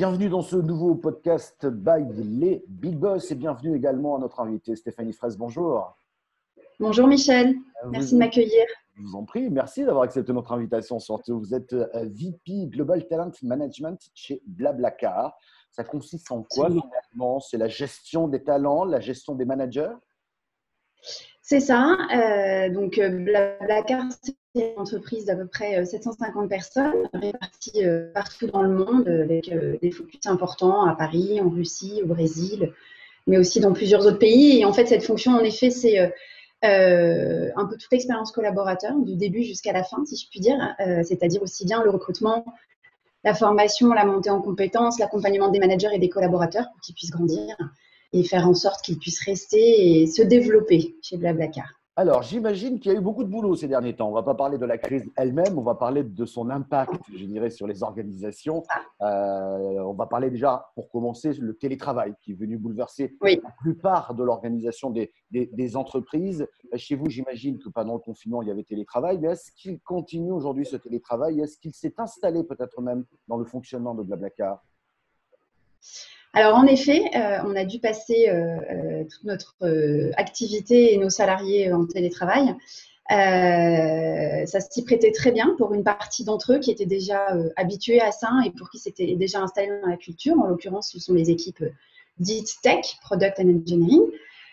Bienvenue dans ce nouveau podcast by les Big Boss et bienvenue également à notre invitée Stéphanie Fraisse. Bonjour. Bonjour Michel, merci de m'accueillir. Je vous en prie, merci d'avoir accepté notre invitation. Surtout, vous êtes VP Global Talent Management chez Blablacar. Ça consiste en quoi finalement? C'est la gestion des talents, la gestion des managers? C'est ça. Donc Blablacar, c'est une entreprise d'à peu près 750 personnes réparties partout dans le monde avec des focus importants à Paris, en Russie, au Brésil, mais aussi dans plusieurs autres pays. Et en fait, cette fonction, en effet, c'est un peu toute l'expérience collaborateur, du début jusqu'à la fin, si je puis dire, c'est-à-dire aussi bien le recrutement, la formation, la montée en compétences, l'accompagnement des managers et des collaborateurs pour qu'ils puissent grandir et faire en sorte qu'ils puissent rester et se développer chez Blablacar. Alors, j'imagine qu'il y a eu beaucoup de boulot ces derniers temps. On ne va pas parler de la crise elle-même, on va parler de son impact, je dirais, sur les organisations. On va parler déjà, pour commencer, le télétravail qui est venu bouleverser la plupart de l'organisation des entreprises. Chez vous, j'imagine que pendant le confinement, il y avait télétravail. Mais est-ce qu'il continue aujourd'hui ce télétravail? Est-ce qu'il s'est installé peut-être même dans le fonctionnement de Blablacar? Alors, en effet, on a dû passer toute notre activité et nos salariés en télétravail. Ça s'y prêtait très bien pour une partie d'entre eux qui étaient déjà habitués à ça et pour qui c'était déjà installé dans la culture. En l'occurrence, ce sont les équipes dites tech, product and engineering.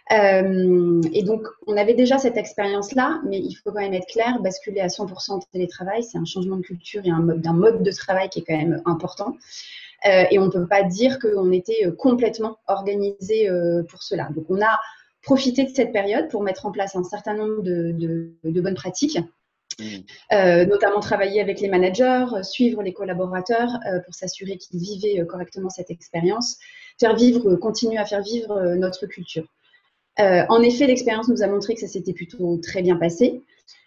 Et donc, on avait déjà cette expérience-là, mais il faut quand même être clair, basculer à 100% de télétravail, c'est un changement de culture et d'un mode de travail qui est quand même important. Et on ne peut pas dire qu'on était complètement organisé pour cela. Donc, on a profité de cette période pour mettre en place un certain nombre de bonnes pratiques, notamment travailler avec les managers, suivre les collaborateurs pour s'assurer qu'ils vivaient correctement cette expérience, continuer à faire vivre notre culture. En effet, l'expérience nous a montré que ça s'était plutôt très bien passé.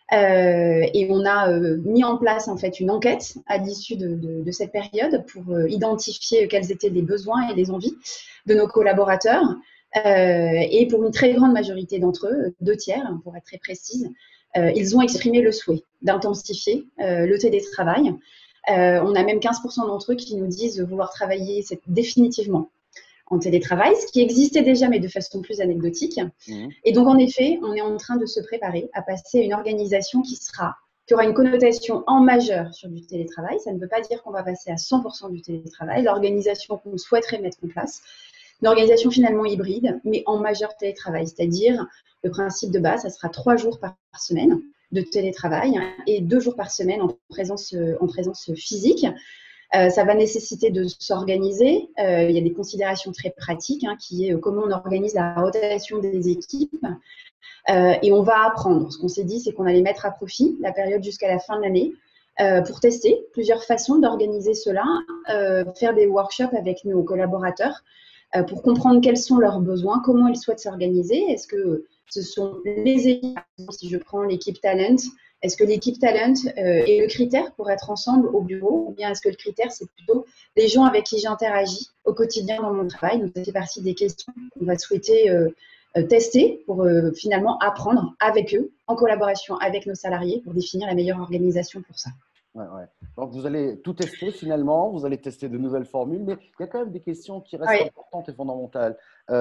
Et on a mis en place en fait une enquête à l'issue de cette période pour identifier quels étaient les besoins et les envies de nos collaborateurs. Et pour une très grande majorité d'entre eux, 2/3 pour être très précise, ils ont exprimé le souhait d'intensifier le télétravail. On a même 15% d'entre eux qui nous disent vouloir travailler définitivement en télétravail, ce qui existait déjà, mais de façon plus anecdotique. Et donc, en effet, on est en train de se préparer à passer à une organisation qui aura une connotation en majeur sur du télétravail. Ça ne veut pas dire qu'on va passer à 100% du télétravail. L'organisation qu'on souhaiterait mettre en place, une organisation finalement hybride, mais en majeur télétravail, c'est-à-dire le principe de base, ça sera 3 jours par semaine de télétravail et 2 jours par semaine en présence physique. Ça va nécessiter de s'organiser. Il y a des considérations très pratiques, qui est comment on organise la rotation des équipes. Et on va apprendre. Ce qu'on s'est dit, c'est qu'on allait mettre à profit la période jusqu'à la fin de l'année pour tester plusieurs façons d'organiser cela, faire des workshops avec nos collaborateurs pour comprendre quels sont leurs besoins, comment ils souhaitent s'organiser. Est-ce que ce sont les équipes, si je prends l'équipe Talent, est-ce que l'équipe Talent est le critère pour être ensemble au bureau, ou bien est-ce que le critère, c'est plutôt les gens avec qui j'interagis au quotidien dans mon travail? Donc, ça fait partie des questions qu'on va souhaiter tester pour finalement apprendre avec eux, en collaboration avec nos salariés, pour définir la meilleure organisation pour ça. Ouais. Donc, vous allez tout tester finalement, vous allez tester de nouvelles formules, mais il y a quand même des questions qui restent importantes et fondamentales.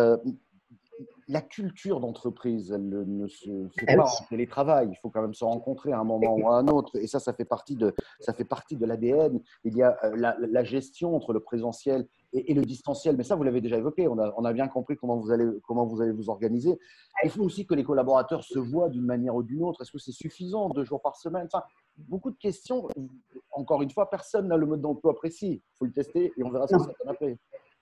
La culture d'entreprise, elle ne se fait pas en télétravail. Il faut quand même se rencontrer à un moment ou à un autre. Et ça fait partie de l'ADN. Il y a la gestion entre le présentiel et le distanciel. Mais ça, vous l'avez déjà évoqué. On a bien compris comment vous allez vous organiser. Il faut aussi que les collaborateurs se voient d'une manière ou d'une autre. Est-ce que c'est suffisant 2 jours par semaine? Enfin, beaucoup de questions. Encore une fois, personne n'a le mode d'emploi précis. Il faut le tester et on verra ce que ça donne après.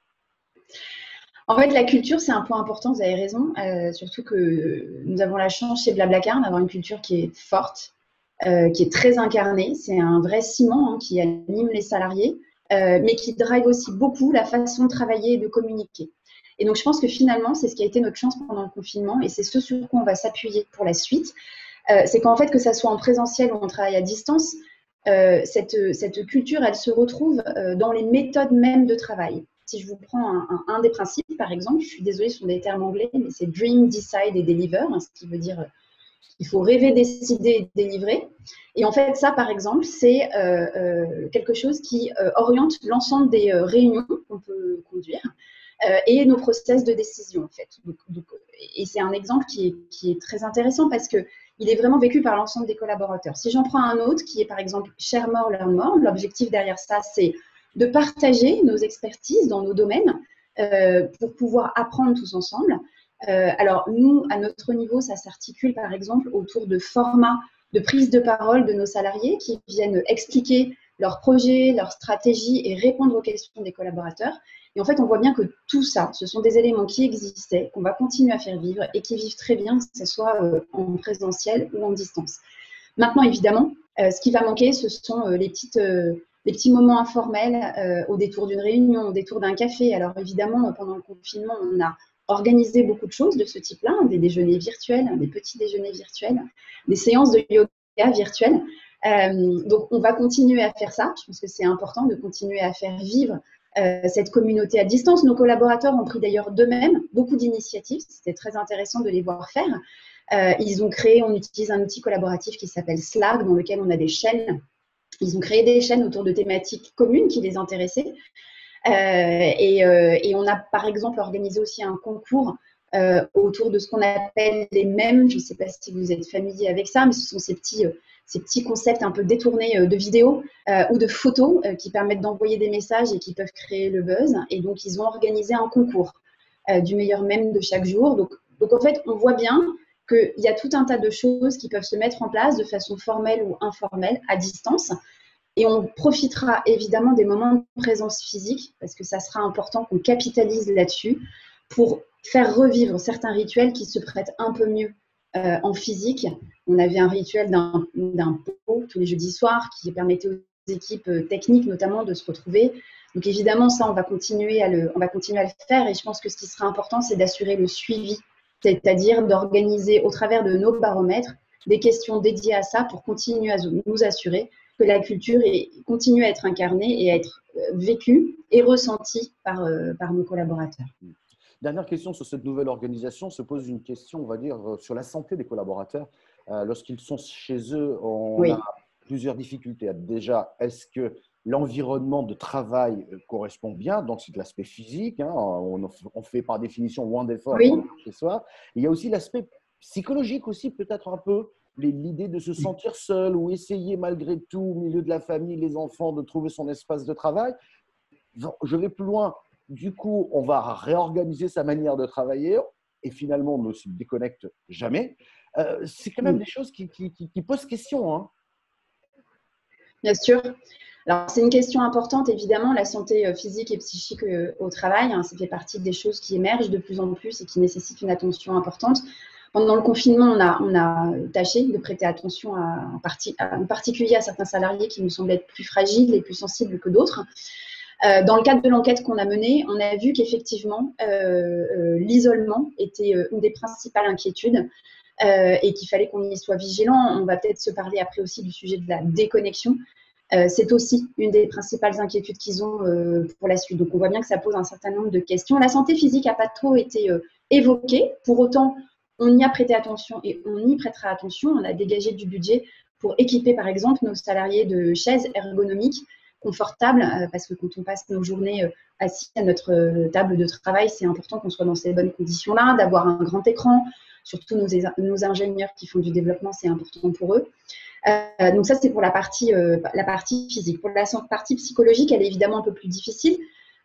En fait, la culture, c'est un point important, vous avez raison, surtout que nous avons la chance chez Blablacar d'avoir une culture qui est forte, qui est très incarnée. C'est un vrai ciment qui anime les salariés, mais qui drive aussi beaucoup la façon de travailler et de communiquer. Et donc, je pense que finalement, c'est ce qui a été notre chance pendant le confinement et c'est ce sur quoi on va s'appuyer pour la suite. C'est qu'en fait, que ça soit en présentiel ou en travail à distance, cette culture, elle se retrouve dans les méthodes même de travail. Si je vous prends un des principes, par exemple, je suis désolée, ce sont des termes anglais, mais c'est dream, decide et deliver, ce qui veut dire il faut rêver, décider et délivrer. Et en fait, ça, par exemple, c'est quelque chose qui oriente l'ensemble des réunions qu'on et nos process de décision, en fait. Et c'est un exemple qui est très intéressant parce qu'il est vraiment vécu par l'ensemble des collaborateurs. Si j'en prends un autre qui est par exemple Share More, Learn More, l'objectif derrière ça, c'est de partager nos expertises dans nos domaines pour pouvoir apprendre tous ensemble. Alors nous, à notre niveau, ça s'articule par exemple autour de formats de prise de parole de nos salariés qui viennent expliquer leurs projets, leurs stratégies et répondre aux questions des collaborateurs. Et en fait, on voit bien que tout ça, ce sont des éléments qui existaient, qu'on va continuer à faire vivre et qui vivent très bien, que ce soit en présentiel ou en distance. Maintenant, évidemment, ce qui va manquer, ce sont les petits moments informels au détour d'une réunion, au détour d'un café. Alors évidemment, pendant le confinement, on a organisé beaucoup de choses de ce type-là, des déjeuners virtuels, des petits déjeuners virtuels, des séances de yoga virtuelles. Donc, on va continuer à faire ça. Je pense que c'est important de continuer à faire vivre cette communauté à distance. Nos collaborateurs ont pris d'ailleurs d'eux-mêmes beaucoup d'initiatives. C'était très intéressant de les voir faire. On utilise un outil collaboratif qui s'appelle Slack, dans lequel on a des chaînes. Ils ont créé des chaînes autour de thématiques communes qui les intéressaient. Et on a par exemple organisé aussi un concours autour de ce qu'on appelle les mèmes. Je ne sais pas si vous êtes familier avec ça, mais ce sont ces petits concepts un peu détournés de vidéos ou de photos qui permettent d'envoyer des messages et qui peuvent créer le buzz. Et donc, ils ont organisé un concours du meilleur mème de chaque jour. Donc en fait, on voit bien qu'il y a tout un tas de choses qui peuvent se mettre en place de façon formelle ou informelle à distance. Et on profitera évidemment des moments de présence physique parce que ça sera important qu'on capitalise là-dessus pour faire revivre certains rituels qui se prêtent un peu mieux en physique. On avait un rituel d'un pot tous les jeudis soirs qui permettait aux équipes techniques notamment de se retrouver. Donc évidemment, ça, on va continuer à le faire. Et je pense que ce qui sera important, c'est d'assurer le suivi, c'est-à-dire d'organiser au travers de nos baromètres des questions dédiées à ça pour continuer à nous assurer que la culture continue à être incarnée et à être vécue et ressentie par nos collaborateurs. Dernière question sur cette nouvelle organisation, se pose une question, on va dire, sur la santé des collaborateurs. Lorsqu'ils sont chez eux, on a plusieurs difficultés. Déjà, est-ce que l'environnement de travail correspond bien? Donc, c'est de l'aspect physique. Hein, on fait par définition moins d'efforts chez soi. Il y a aussi l'aspect psychologique aussi, peut-être un peu. L'idée de se sentir seul ou essayer malgré tout, au milieu de la famille, les enfants, de trouver son espace de travail. Je vais plus loin. Du coup, on va réorganiser sa manière de travailler et finalement, on ne se déconnecte jamais. C'est quand même des choses qui posent question. Hein. Bien sûr. Alors, c'est une question importante, évidemment, la santé physique et psychique au travail. Hein, ça fait partie des choses qui émergent de plus en plus et qui nécessitent une attention importante. Pendant le confinement, on a tâché de prêter attention en particulier à certains salariés qui nous semblent être plus fragiles et plus sensibles que d'autres. Dans le cadre de l'enquête qu'on a menée, on a vu qu'effectivement, l'isolement était une des principales inquiétudes et qu'il fallait qu'on y soit vigilant. On va peut-être se parler après aussi du sujet de la déconnexion. C'est aussi une des principales inquiétudes qu'ils ont pour la suite. Donc, on voit bien que ça pose un certain nombre de questions. La santé physique n'a pas trop été évoquée. Pour autant, on y a prêté attention et on y prêtera attention. On a dégagé du budget pour équiper, par exemple, nos salariés de chaises ergonomiques confortables, parce que quand on passe nos journées assis à notre table de travail, c'est important qu'on soit dans ces bonnes conditions-là, d'avoir un grand écran. Surtout nos ingénieurs qui font du développement, c'est important pour eux. Donc ça, c'est pour la partie physique. Pour la partie psychologique, elle est évidemment un peu plus difficile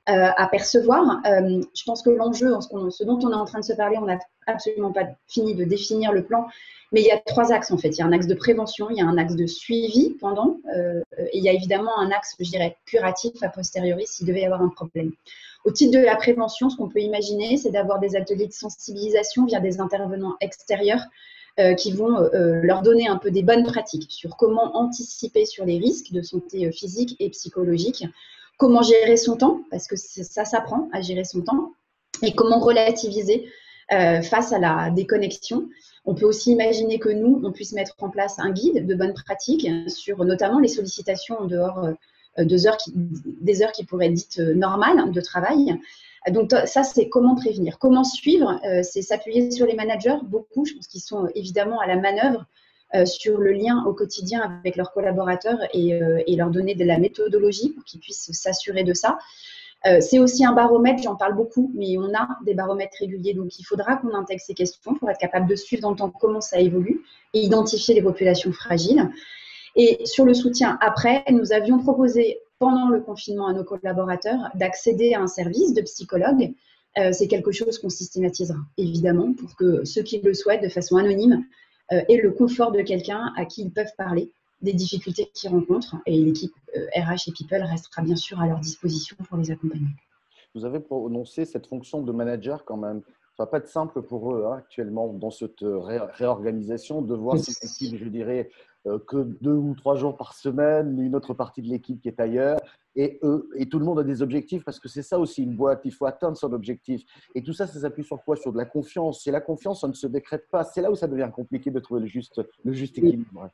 à percevoir. Je pense que l'enjeu, ce dont on est en train de se parler, on n'a absolument pas fini de définir le plan, mais il y a 3 axes en fait. Il y a un axe de prévention, il y a un axe de suivi pendant, et il y a évidemment un axe, je dirais, curatif a posteriori s'il devait y avoir un problème. Au titre de la prévention, ce qu'on peut imaginer, c'est d'avoir des ateliers de sensibilisation via des intervenants extérieurs qui vont leur donner un peu des bonnes pratiques sur comment anticiper sur les risques de santé physique et psychologique, comment gérer son temps, parce que ça s'apprend à gérer son temps, et comment relativiser face à la déconnexion. On peut aussi imaginer que nous, on puisse mettre en place un guide de bonnes pratiques sur notamment les sollicitations en dehors des heures qui pourraient être dites normales de travail. Donc ça, c'est comment prévenir. Comment suivre, c'est s'appuyer sur les managers, beaucoup, je pense qu'ils sont évidemment à la manœuvre sur le lien au quotidien avec leurs collaborateurs et leur donner de la méthodologie pour qu'ils puissent s'assurer de ça. C'est aussi un baromètre, j'en parle beaucoup, mais on a des baromètres réguliers, donc il faudra qu'on intègre ces questions pour être capable de suivre dans le temps comment ça évolue et identifier les populations fragiles. Et sur le soutien après, nous avions proposé pendant le confinement à nos collaborateurs d'accéder à un service de psychologue. C'est quelque chose qu'on systématisera, évidemment, pour que ceux qui le souhaitent de façon anonyme aient le confort de quelqu'un à qui ils peuvent parler des difficultés qu'ils rencontrent. Et l'équipe RH et People restera bien sûr à leur disposition pour les accompagner. Vous avez prononcé cette fonction de manager quand même. Ça va pas être simple pour eux actuellement dans cette réorganisation de voir cette équipe, je dirais, que 2 ou 3 jours par semaine, une autre partie de l'équipe qui est ailleurs. Et tout le monde a des objectifs parce que c'est ça aussi une boîte, il faut atteindre son objectif. Et tout ça, ça s'appuie sur quoi? Sur de la confiance. Et la confiance, ça ne se décrète pas. C'est là où ça devient compliqué de trouver le juste équilibre.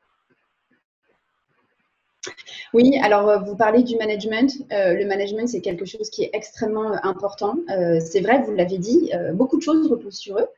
Oui, alors vous parlez du management. Le management, c'est quelque chose qui est extrêmement important. C'est vrai, vous l'avez dit, beaucoup de choses reposent sur eux.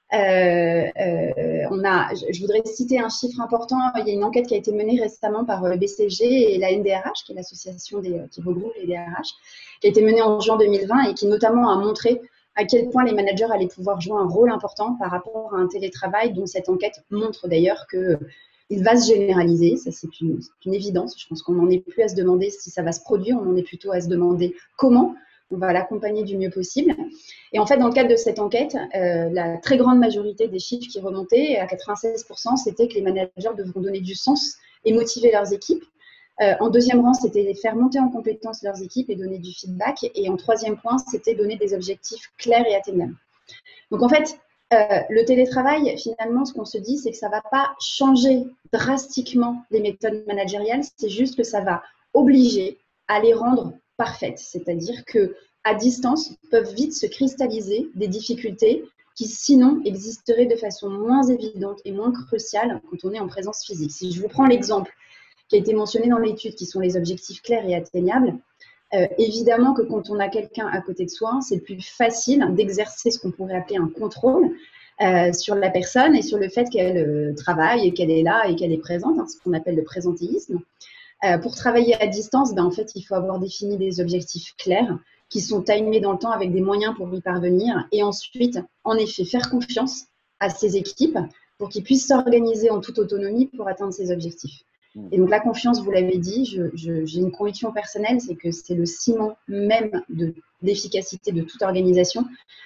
Je voudrais citer un chiffre important. Il y a une enquête qui a été menée récemment par le BCG et la NDRH, qui est l'association qui regroupe les DRH, qui a été menée en juin 2020 et qui notamment a montré à quel point les managers allaient pouvoir jouer un rôle important par rapport à un télétravail, dont cette enquête montre d'ailleurs qu'il va se généraliser. Ça, c'est une évidence. Je pense qu'on n'en est plus à se demander si ça va se produire, on en est plutôt à se demander comment on va l'accompagner du mieux possible. Et en fait, dans le cadre de cette enquête, la très grande majorité des chiffres qui remontaient, à 96%, c'était que les managers devront donner du sens et motiver leurs équipes. En deuxième rang, c'était faire monter en compétence leurs équipes et donner du feedback. Et en troisième point, c'était donner des objectifs clairs et atteignables. Donc en fait, le télétravail, finalement, ce qu'on se dit, c'est que ça ne va pas changer drastiquement les méthodes managériales, c'est juste que ça va obliger à les rendre parfaites. C'est-à-dire qu'à distance, peuvent vite se cristalliser des difficultés qui, sinon, existeraient de façon moins évidente et moins cruciale quand on est en présence physique. Si je vous prends l'exemple qui a été mentionné dans l'étude, qui sont les objectifs clairs et atteignables, évidemment que quand on a quelqu'un à côté de soi, c'est plus facile d'exercer ce qu'on pourrait appeler un contrôle sur la personne et sur le fait qu'elle travaille et qu'elle est là et qu'elle est présente, ce qu'on appelle le présentéisme. Pour travailler à distance, en fait, il faut avoir défini des objectifs clairs qui sont timés dans le temps avec des moyens pour y parvenir et ensuite, en effet, faire confiance à ses équipes pour qu'ils puissent s'organiser en toute autonomie pour atteindre ces objectifs. Et donc, la confiance, vous l'avez dit, j'ai une conviction personnelle, c'est que c'est le ciment même de l'efficacité de toute organisation.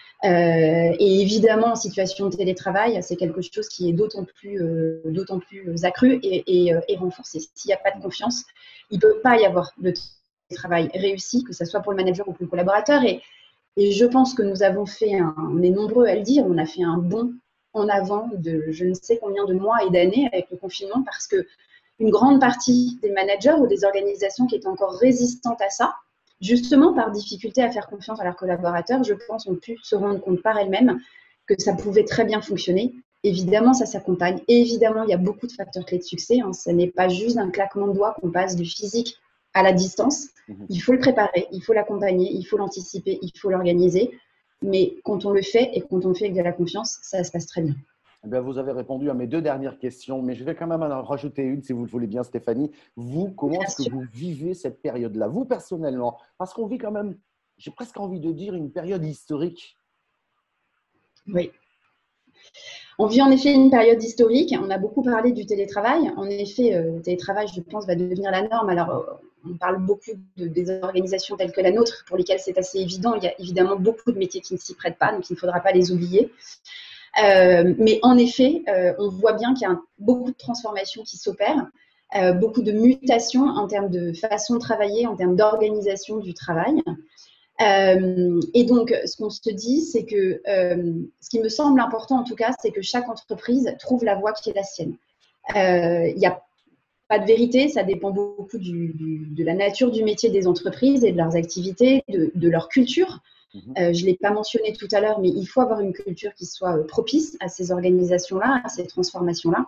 Et évidemment, en situation de télétravail, c'est quelque chose qui est d'autant plus accru et renforcé. S'il n'y a pas de confiance, il ne peut pas y avoir de télétravail réussi, que ce soit pour le manager ou pour le collaborateur. Et je pense que nous avons fait, on est nombreux à le dire, on a fait un bond en avant de je ne sais combien de mois et d'années avec le confinement parce que une grande partie des managers ou des organisations qui étaient encore résistantes à ça, justement par difficulté à faire confiance à leurs collaborateurs, je pense, ont pu se rendre compte par elles-mêmes que ça pouvait très bien fonctionner. Évidemment, ça s'accompagne. Et évidemment, il y a beaucoup de facteurs clés de succès. Ce n'est pas juste d'un claquement de doigts qu'on passe du physique à la distance. Il faut le préparer, il faut l'accompagner, il faut l'anticiper, il faut l'organiser. Mais quand on le fait et quand on le fait avec de la confiance, ça se passe très bien. Eh bien, vous avez répondu à mes 2 dernières questions, mais je vais quand même en rajouter une, si vous le voulez bien, Stéphanie. Vous, comment est-ce que vous vivez cette période-là, vous personnellement? Parce qu'on vit quand même, j'ai presque envie de dire, une période historique. Oui. On vit en effet une période historique. On a beaucoup parlé du télétravail. En effet, le télétravail, je pense, va devenir la norme. Alors, on parle beaucoup des organisations telles que la nôtre, pour lesquelles c'est assez évident. Il y a évidemment beaucoup de métiers qui ne s'y prêtent pas, donc il ne faudra pas les oublier. Mais en effet, on voit bien qu'il y a beaucoup de transformations qui s'opèrent, beaucoup de mutations en termes de façon de travailler, en termes d'organisation du travail. Et donc, ce qu'on se dit, c'est que ce qui me semble important en tout cas, c'est que chaque entreprise trouve la voie qui est la sienne. Il n'y a pas de vérité, ça dépend beaucoup de la nature du métier des entreprises et de leurs activités, de leur culture. Je ne l'ai pas mentionné tout à l'heure, mais il faut avoir une culture qui soit propice à ces organisations-là, à ces transformations-là.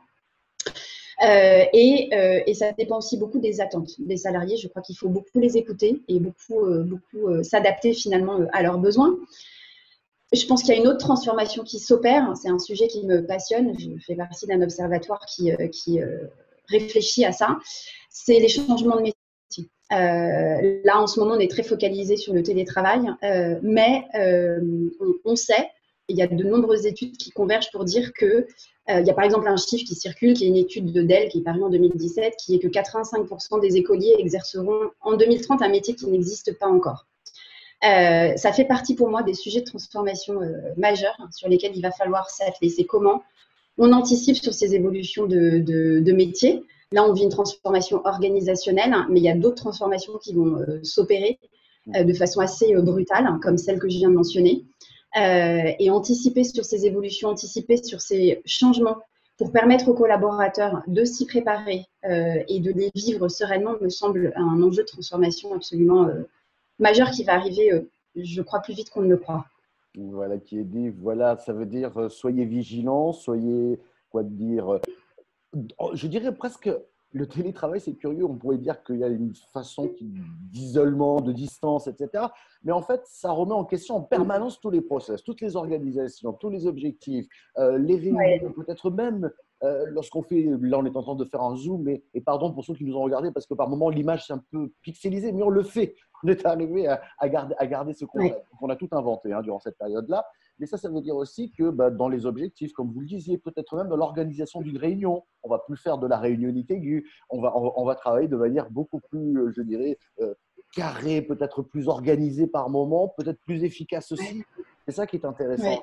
Et ça dépend aussi beaucoup des attentes des salariés. Je crois qu'il faut beaucoup les écouter et beaucoup s'adapter finalement à leurs besoins. Je pense qu'il y a une autre transformation qui s'opère. C'est un sujet qui me passionne. Je fais partie d'un observatoire qui réfléchit à ça. C'est les changements de métier. Là, en ce moment, on est très focalisé sur le télétravail, mais on sait, il y a de nombreuses études qui convergent pour dire que il y a par exemple un chiffre qui circule, qui est une étude de Dell qui est parue en 2017, qui est que 85% des écoliers exerceront en 2030 un métier qui n'existe pas encore. Ça fait partie pour moi des sujets de transformation majeurs sur lesquels il va falloir s'atteler. C'est comment on anticipe sur ces évolutions de métiers. Là, on vit une transformation organisationnelle, mais il y a d'autres transformations qui vont s'opérer de façon assez brutale, comme celle que je viens de mentionner. Et anticiper sur ces évolutions, anticiper sur ces changements pour permettre aux collaborateurs de s'y préparer et de les vivre sereinement me semble un enjeu de transformation absolument majeur qui va arriver, je crois, plus vite qu'on ne le croit. Voilà qui est dit. Voilà, ça veut dire soyez vigilants, soyez, quoi dire, je dirais presque, le télétravail, c'est curieux, on pourrait dire qu'il y a une façon d'isolement, de distance, etc. Mais en fait, ça remet en question en permanence tous les process, toutes les organisations, tous les objectifs, les réunions, peut-être même lorsqu'on fait, là on est en train de faire un zoom, et pardon pour ceux qui nous ont regardés, parce que par moments l'image c'est un peu pixelisée, mais on le fait. On est arrivé à garder ce concept. Donc, on a tout inventé durant cette période-là. Mais ça veut dire aussi que dans les objectifs, comme vous le disiez, peut-être même dans l'organisation d'une réunion, on ne va plus faire de la réunionnite aiguë, on va travailler de manière beaucoup plus, je dirais, carrée, peut-être plus organisée par moment, peut-être plus efficace aussi. C'est ça qui est intéressant.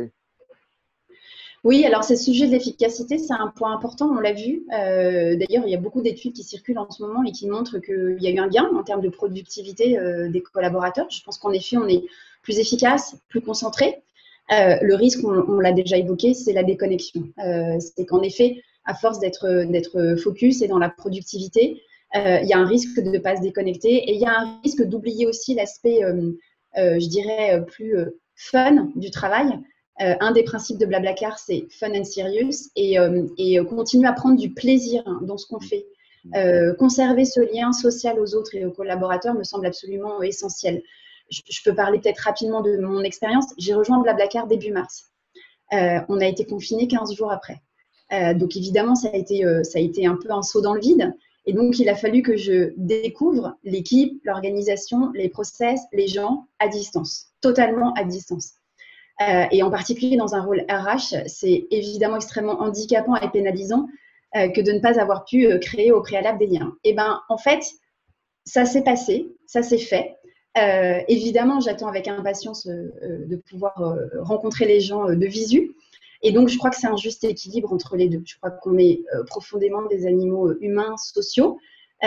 Oui, alors ce sujet de l'efficacité, c'est un point important, on l'a vu. D'ailleurs, il y a beaucoup d'études qui circulent en ce moment et qui montrent qu'il y a eu un gain en termes de productivité des collaborateurs. Je pense qu'en effet, on est plus efficace, plus concentré. Le risque, on l'a déjà évoqué, c'est la déconnexion. C'est qu'en effet, à force d'être focus et dans la productivité, il y a un risque de ne pas se déconnecter et il y a un risque d'oublier aussi l'aspect, je dirais, plus fun du travail. Un des principes de Blablacar, c'est fun and serious et continuer à prendre du plaisir dans ce qu'on fait. Conserver ce lien social aux autres et aux collaborateurs me semble absolument essentiel. Je peux parler peut-être rapidement de mon expérience. J'ai rejoint Blablacar début mars. On a été confinés 15 jours après. Donc évidemment, ça a été un peu un saut dans le vide. Et donc, il a fallu que je découvre l'équipe, l'organisation, les process, les gens à distance, totalement à distance. Et en particulier dans un rôle RH, c'est évidemment extrêmement handicapant et pénalisant que de ne pas avoir pu créer au préalable des liens. Et bien, en fait, ça s'est passé, ça s'est fait. Évidemment, j'attends avec impatience de pouvoir rencontrer les gens de visu. Et donc, je crois que c'est un juste équilibre entre les deux. Je crois qu'on est profondément des animaux humains, sociaux.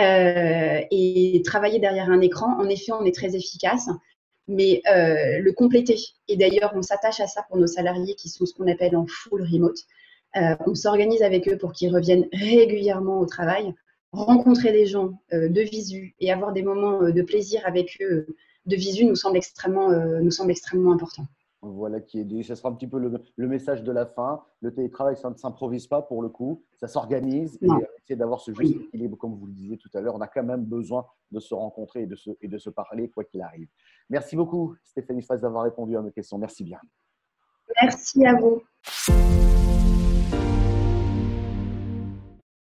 Et travailler derrière un écran, en effet, on est très efficace. Mais le compléter, et d'ailleurs, on s'attache à ça pour nos salariés qui sont ce qu'on appelle en full remote. On s'organise avec eux pour qu'ils reviennent régulièrement au travail, rencontrer des gens de visu et avoir des moments de plaisir avec eux de visu nous semble extrêmement important. Voilà qui est dit. Ce sera un petit peu le message de la fin. Le télétravail, ça ne s'improvise pas pour le coup. Ça s'organise et essayer d'avoir ce juste équilibre, comme vous le disiez tout à l'heure. On a quand même besoin de se rencontrer et de se parler, quoi qu'il arrive. Merci beaucoup, Stéphanie Faz, d'avoir répondu à mes questions. Merci bien. Merci à vous.